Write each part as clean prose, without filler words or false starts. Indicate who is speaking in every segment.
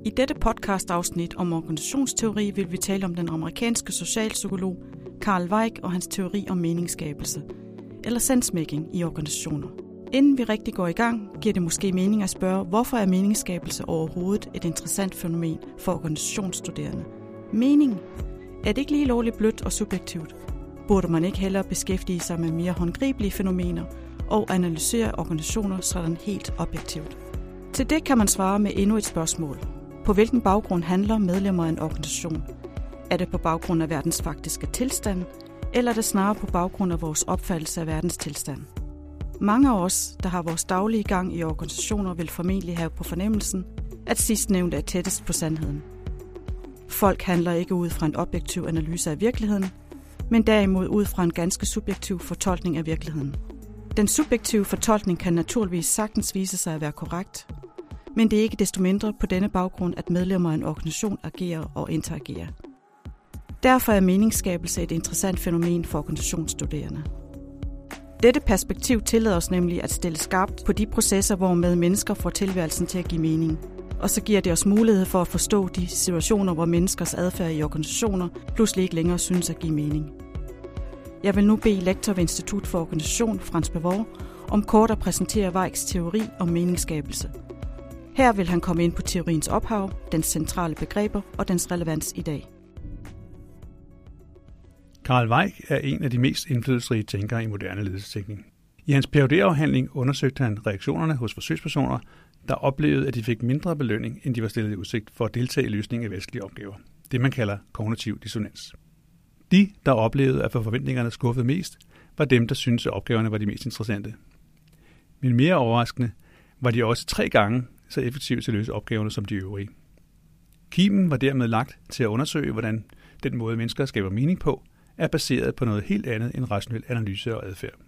Speaker 1: I dette podcast-afsnit om organisationsteori vil vi tale om den amerikanske socialpsykolog Carl Weick og hans teori om meningsskabelse, eller sensemaking i organisationer. Inden vi rigtig går i gang, giver det måske mening at spørge, hvorfor er meningsskabelse overhovedet et interessant fænomen for organisationsstuderende? Mening? Er det ikke lige lovligt blødt og subjektivt? Burde man ikke hellere beskæftige sig med mere håndgribelige fænomener og analysere organisationer sådan helt objektivt? Til det kan man svare med endnu et spørgsmål. På hvilken baggrund handler medlemmer af en organisation? Er det på baggrund af verdens faktiske tilstand, eller er det snarere på baggrund af vores opfattelse af verdens tilstand? Mange af os, der har vores daglige gang i organisationer, vil formentlig have på fornemmelsen, at sidstnævnte er tættest på sandheden. Folk handler ikke ud fra en objektiv analyse af virkeligheden, men derimod ud fra en ganske subjektiv fortolkning af virkeligheden. Den subjektive fortolkning kan naturligvis sagtens vise sig at være korrekt, men det er ikke desto mindre på denne baggrund, at medlemmer af en organisation agerer og interagerer. Derfor er meningsskabelse et interessant fænomen for organisationsstuderende. Dette perspektiv tillader os nemlig at stille skarpt på de processer, hvormed mennesker får tilværelsen til at give mening. Og så giver det os mulighed for at forstå de situationer, hvor menneskers adfærd i organisationer pludselig ikke længere synes at give mening. Jeg vil nu bede lektor ved Institut for Organisation, Frans Bavor, om kort at præsentere Weicks teori om meningsskabelse. Her vil han komme ind på teoriens ophav, dens centrale begreber og dens relevans i dag.
Speaker 2: Carl Weick er en af de mest indflydelsesrige tænkere i moderne ledelsesteknik. I hans Ph.D.-afhandling undersøgte han reaktionerne hos forsøgspersoner, der oplevede, at de fik mindre belønning, end de var stillet i udsigt for at deltage i løsningen af vanskelige opgaver. Det man kalder kognitiv dissonans. De, der oplevede at få forventningerne skuffet mest, var dem, der syntes, at opgaverne var de mest interessante. Men mere overraskende var de også 3 gange så effektive til at løse opgaverne som de øvrige. Kimen var dermed lagt til at undersøge, hvordan den måde mennesker skaber mening på, er baseret på noget helt andet end rationel analyse og adfærd.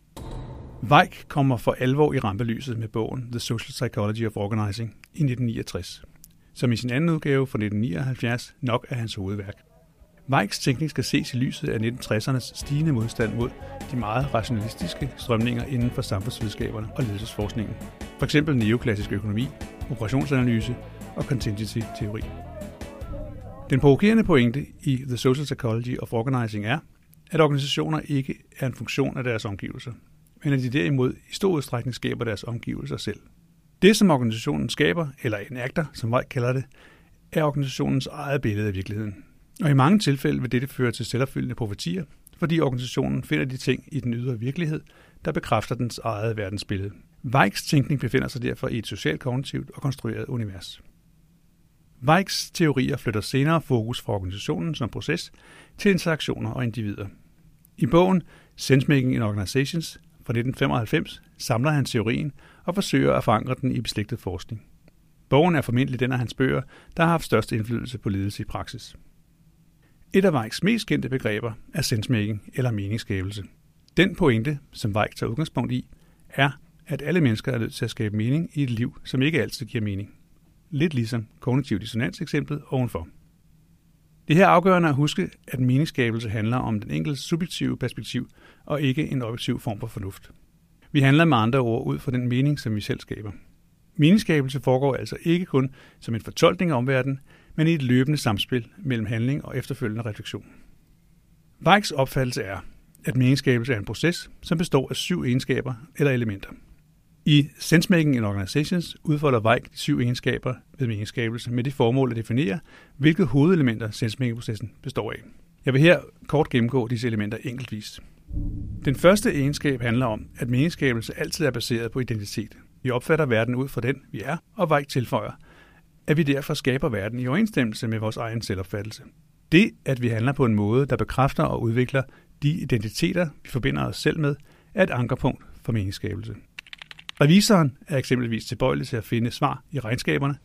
Speaker 2: Weick kommer for alvor i rampelyset med bogen The Social Psychology of Organizing i 1969, som i sin anden udgave fra 1979 nok er hans hovedværk. Weicks tænkning skal ses i lyset af 1960'ernes stigende modstand mod de meget rationalistiske strømninger inden for samfundsvidenskaberne og ledelsesforskningen. For eksempel neoklassisk økonomi, operationsanalyse og contingency-teori. Den provokerende pointe i The Social Psychology of Organizing er, at organisationer ikke er en funktion af deres omgivelser, men at de derimod i stor udstrækning skaber deres omgivelser selv. Det, som organisationen skaber, eller enacter, som Weick kalder det, er organisationens eget billede af virkeligheden. Og i mange tilfælde vil dette føre til selvopfyldende profetier, fordi organisationen finder de ting i den ydre virkelighed, der bekræfter dens eget verdensbillede. Weicks tænkning befinder sig derfor i et socialt kognitivt og konstrueret univers. Weicks teorier flytter senere fokus fra organisationen som proces til interaktioner og individer. I bogen Sensemaking in Organizations fra 1995 samler han teorien og forsøger at forankre den i beslægtet forskning. Bogen er formentlig den af hans bøger, der har haft størst indflydelse på ledelse i praksis. Et af Weicks mest kendte begreber er sensemaking eller meningsskabelse. Den pointe, som Weick tager udgangspunkt i, er, at alle mennesker er nødt til at skabe mening i et liv, som ikke altid giver mening. Lidt ligesom kognitiv dissonans-eksemplet ovenfor. Det her er afgørende at huske, at meningsskabelse handler om den enkeltes subjektive perspektiv og ikke en objektiv form for fornuft. Vi handler med andre ord ud fra den mening, som vi selv skaber. Meningsskabelse foregår altså ikke kun som en fortolkning af omverdenen, men i et løbende samspil mellem handling og efterfølgende refleksion. Weicks opfattelse er, at meningsskabelse er en proces, som består af 7 egenskaber eller elementer. I Sensemaking in Organizations udfolder Weick de 7 egenskaber ved meningsskabelse med det formål at definere, hvilke hovedelementer sensemaking-processen består af. Jeg vil her kort gennemgå disse elementer enkeltvis. Den første egenskab handler om, at meningsskabelse altid er baseret på identitet. Vi opfatter verden ud fra den, vi er, og Weick tilføjer, at vi derfor skaber verden i overensstemmelse med vores egen selvopfattelse. Det, at vi handler på en måde, der bekræfter og udvikler de identiteter, vi forbinder os selv med, er et ankerpunkt for meningsskabelse. Revisoren er eksempelvis tilbøjelig til at finde svar i regnskaberne,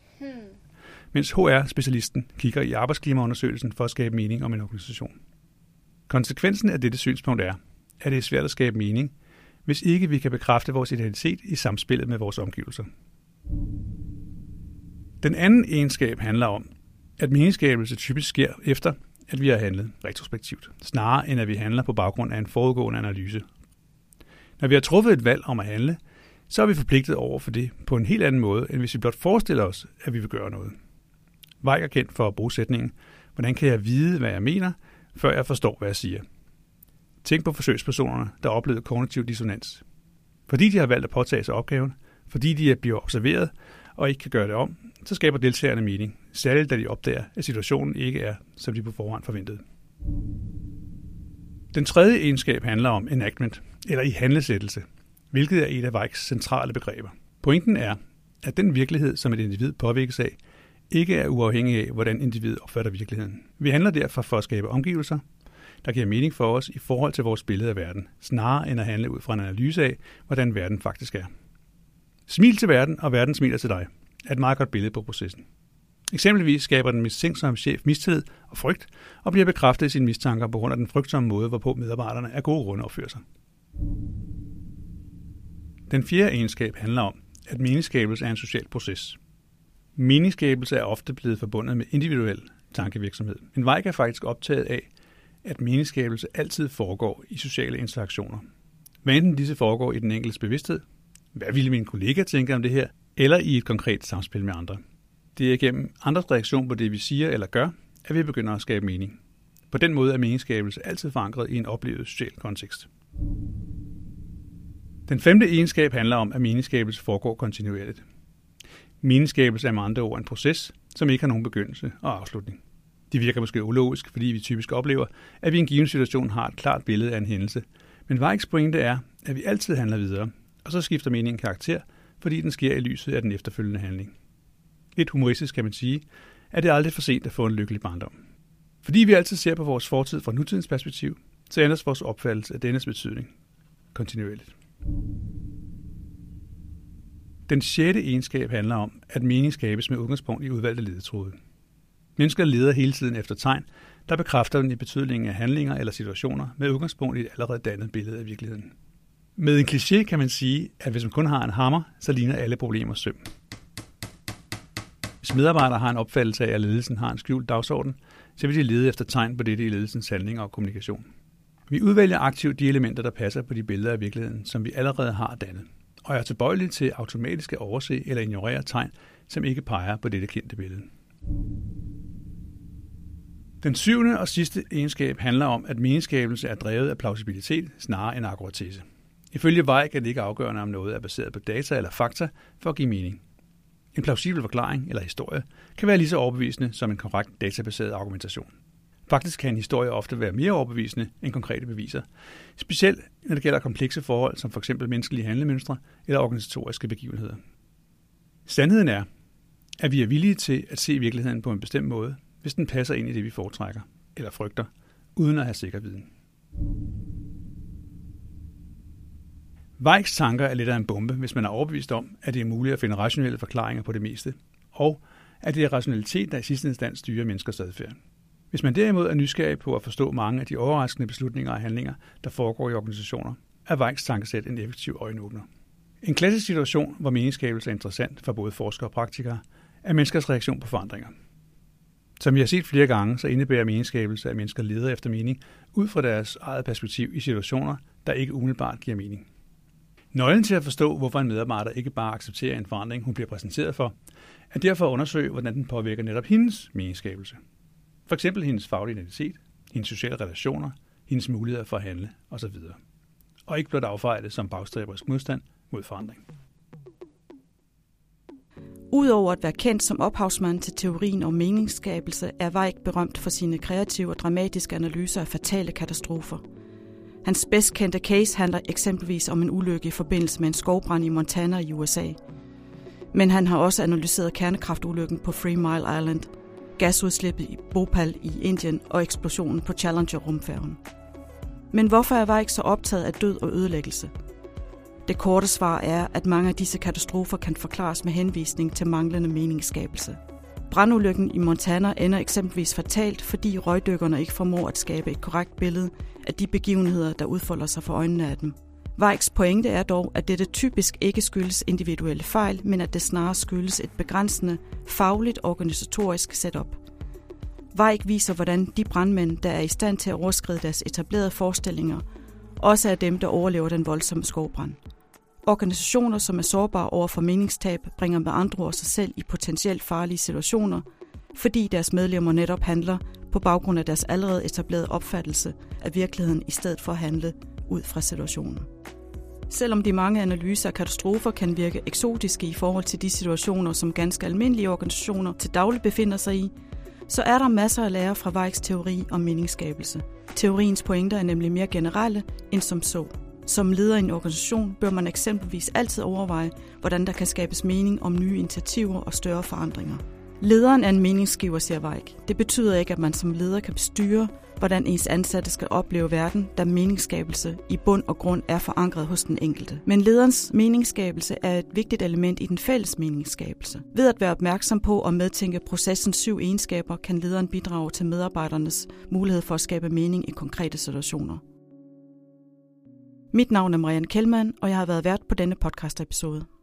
Speaker 2: mens HR-specialisten kigger i arbejdsklimaundersøgelsen for at skabe mening om en organisation. Konsekvensen af dette synspunkt er, at det er svært at skabe mening, hvis ikke vi kan bekræfte vores identitet i samspillet med vores omgivelser. Den anden egenskab handler om, at meningsskabelse typisk sker efter, at vi har handlet retrospektivt, snarere end at vi handler på baggrund af en forudgående analyse. Når vi har truffet et valg om at handle, så er vi forpligtet over for det på en helt anden måde, end hvis vi blot forestiller os, at vi vil gøre noget. Weik er kendt for at bruge sætningen, hvordan kan jeg vide, hvad jeg mener, før jeg forstår, hvad jeg siger. Tænk på forsøgspersonerne, der oplevede kognitiv dissonans. Fordi de har valgt at påtage sig opgaven, fordi de bliver observeret og ikke kan gøre det om, så skaber deltagerne mening, særligt da de opdager, at situationen ikke er, som de på forhånd forventede. Den tredje egenskab handler om enactment, eller ihandlesættelse, hvilket er et af Weiks centrale begreber. Pointen er, at den virkelighed, som et individ påvirkes af, ikke er uafhængig af, hvordan individet opfatter virkeligheden. Vi handler derfor for at skabe omgivelser, der giver mening for os i forhold til vores billede af verden, snarere end at handle ud fra en analyse af, hvordan verden faktisk er. Smil til verden, og verden smiler til dig, er et meget godt billede på processen. Eksempelvis skaber den mistænksomme chef mistillid og frygt, og bliver bekræftet i sine mistanker på grund af den frygtsomme måde, hvorpå medarbejderne af gode grunde opfører sig. Den fjerde egenskab handler om, at meningsskabelse er en social proces. Meningsskabelse er ofte blevet forbundet med individuel tankevirksomhed. Men Weik er faktisk optaget af, at meningsskabelse altid foregår i sociale interaktioner. Hvad enten disse foregår i den enkeltes bevidsthed, hvad ville min kollega tænke om det her, eller i et konkret samspil med andre. Det er gennem andres reaktion på det, vi siger eller gør, at vi begynder at skabe mening. På den måde er meningsskabelse altid forankret i en oplevet social kontekst. Den femte egenskab handler om, at meningsskabelse foregår kontinuerligt. Meningsskabelse er med andre ord en proces, som ikke har nogen begyndelse og afslutning. Det virker måske ulogisk, fordi vi typisk oplever, at vi i en given situation har et klart billede af en hændelse. Men Weiks pointe er, at vi altid handler videre, og så skifter meningen karakter, fordi den sker i lyset af den efterfølgende handling. Lidt humoristisk kan man sige, at det er aldrig for sent at få en lykkelig barndom. Fordi vi altid ser på vores fortid fra nutidens perspektiv, så ændres vores opfattelse af dennes betydning kontinuerligt. Den sjette egenskab handler om, at mening skabes med udgangspunkt i udvalgte ledetråde. Mennesker leder hele tiden efter tegn, der bekræfter den i betydningen af handlinger eller situationer med udgangspunkt i et allerede dannet billede af virkeligheden. Med en kliché kan man sige, at hvis man kun har en hammer, så ligner alle problemer søm. Hvis medarbejdere har en opfattelse af, at ledelsen har en skjult dagsorden, så vil de lede efter tegn på dette i ledelsens handlinger og kommunikation. Vi udvælger aktivt de elementer, der passer på de billeder af virkeligheden, som vi allerede har dannet, og er tilbøjelige til automatisk at overse eller ignorere tegn, som ikke peger på dette kendte billede. Den syvende og sidste egenskab handler om, at meningsskabelse er drevet af plausibilitet snarere end akkuratesse. Ifølge Weik er det ikke afgørende, om noget er baseret på data eller fakta for at give mening. En plausibel forklaring eller historie kan være lige så overbevisende som en korrekt databaseret argumentation. Faktisk kan en historie ofte være mere overbevisende end konkrete beviser, specielt når det gælder komplekse forhold som f.eks. menneskelige handlemønstre eller organisatoriske begivenheder. Sandheden er, at vi er villige til at se virkeligheden på en bestemt måde, hvis den passer ind i det, vi foretrækker eller frygter, uden at have sikker viden. Weiks tanker er lidt af en bombe, hvis man er overbevist om, at det er muligt at finde rationelle forklaringer på det meste, og at det er rationalitet, der i sidste instans styrer menneskers adfærd. Hvis man derimod er nysgerrig på at forstå mange af de overraskende beslutninger og handlinger, der foregår i organisationer, er Weiks tankesæt en effektiv øjenåbner. En klassisk situation, hvor meningsskabelse er interessant for både forskere og praktikere, er menneskers reaktion på forandringer. Som vi har set flere gange, så indebærer meningsskabelse, at mennesker leder efter mening ud fra deres eget perspektiv i situationer, der ikke umiddelbart giver mening. Nøglen til at forstå, hvorfor en medarbejder ikke bare accepterer en forandring, hun bliver præsenteret for, er derfor at undersøge, hvordan den påvirker netop hendes meningsskabelse. For eksempel hendes faglige identitet, hendes sociale relationer, hendes muligheder for at handle osv. Og ikke blot affeje det som bagstræberisk modstand mod forandring.
Speaker 1: Udover at være kendt som ophavsmand til teorien om meningsskabelse, er Weik berømt for sine kreative og dramatiske analyser af fatale katastrofer. Hans bedst kendte case handler eksempelvis om en ulykke i forbindelse med en skovbrand i Montana i USA. Men han har også analyseret kernekraftulykken på 3 Mile Island, gasudslippet i Bhopal i Indien og eksplosionen på Challenger-rumfærgen. Men hvorfor er Weik så optaget af død og ødelæggelse? Det korte svar er, at mange af disse katastrofer kan forklares med henvisning til manglende meningsskabelse. Brandulykken i Montana ender eksempelvis fatalt, fordi røgdykkerne ikke formår at skabe et korrekt billede af de begivenheder, der udfolder sig for øjnene af dem. Weiks pointe er dog, at dette typisk ikke skyldes individuelle fejl, men at det snarere skyldes et begrænsende, fagligt organisatorisk setup. Weik viser, hvordan de brandmænd, der er i stand til at overskride deres etablerede forestillinger, også er dem, der overlever den voldsomme skovbrand. Organisationer, som er sårbare over for meningstab, bringer med andre ord sig selv i potentielt farlige situationer, fordi deres medlemmer netop handler på baggrund af deres allerede etablerede opfattelse af virkeligheden i stedet for at handle ud fra situationen. Selvom de mange analyser af katastrofer kan virke eksotiske i forhold til de situationer, som ganske almindelige organisationer til daglig befinder sig i, så er der masser at lære fra Weigs teori om meningsskabelse. Teoriens pointer er nemlig mere generelle end som så. Som leder i en organisation bør man eksempelvis altid overveje, hvordan der kan skabes mening om nye initiativer og større forandringer. Lederen er en meningsgiver, siger Weig. Det betyder ikke, at man som leder kan styre, hvordan ens ansatte skal opleve verden, da meningsskabelse i bund og grund er forankret hos den enkelte. Men lederens meningsskabelse er et vigtigt element i den fælles meningsskabelse. Ved at være opmærksom på og medtænke processens 7 egenskaber, kan lederen bidrage til medarbejdernes mulighed for at skabe mening i konkrete situationer. Mit navn er Marianne Kjellmann, og jeg har været vært på denne podcast-episode.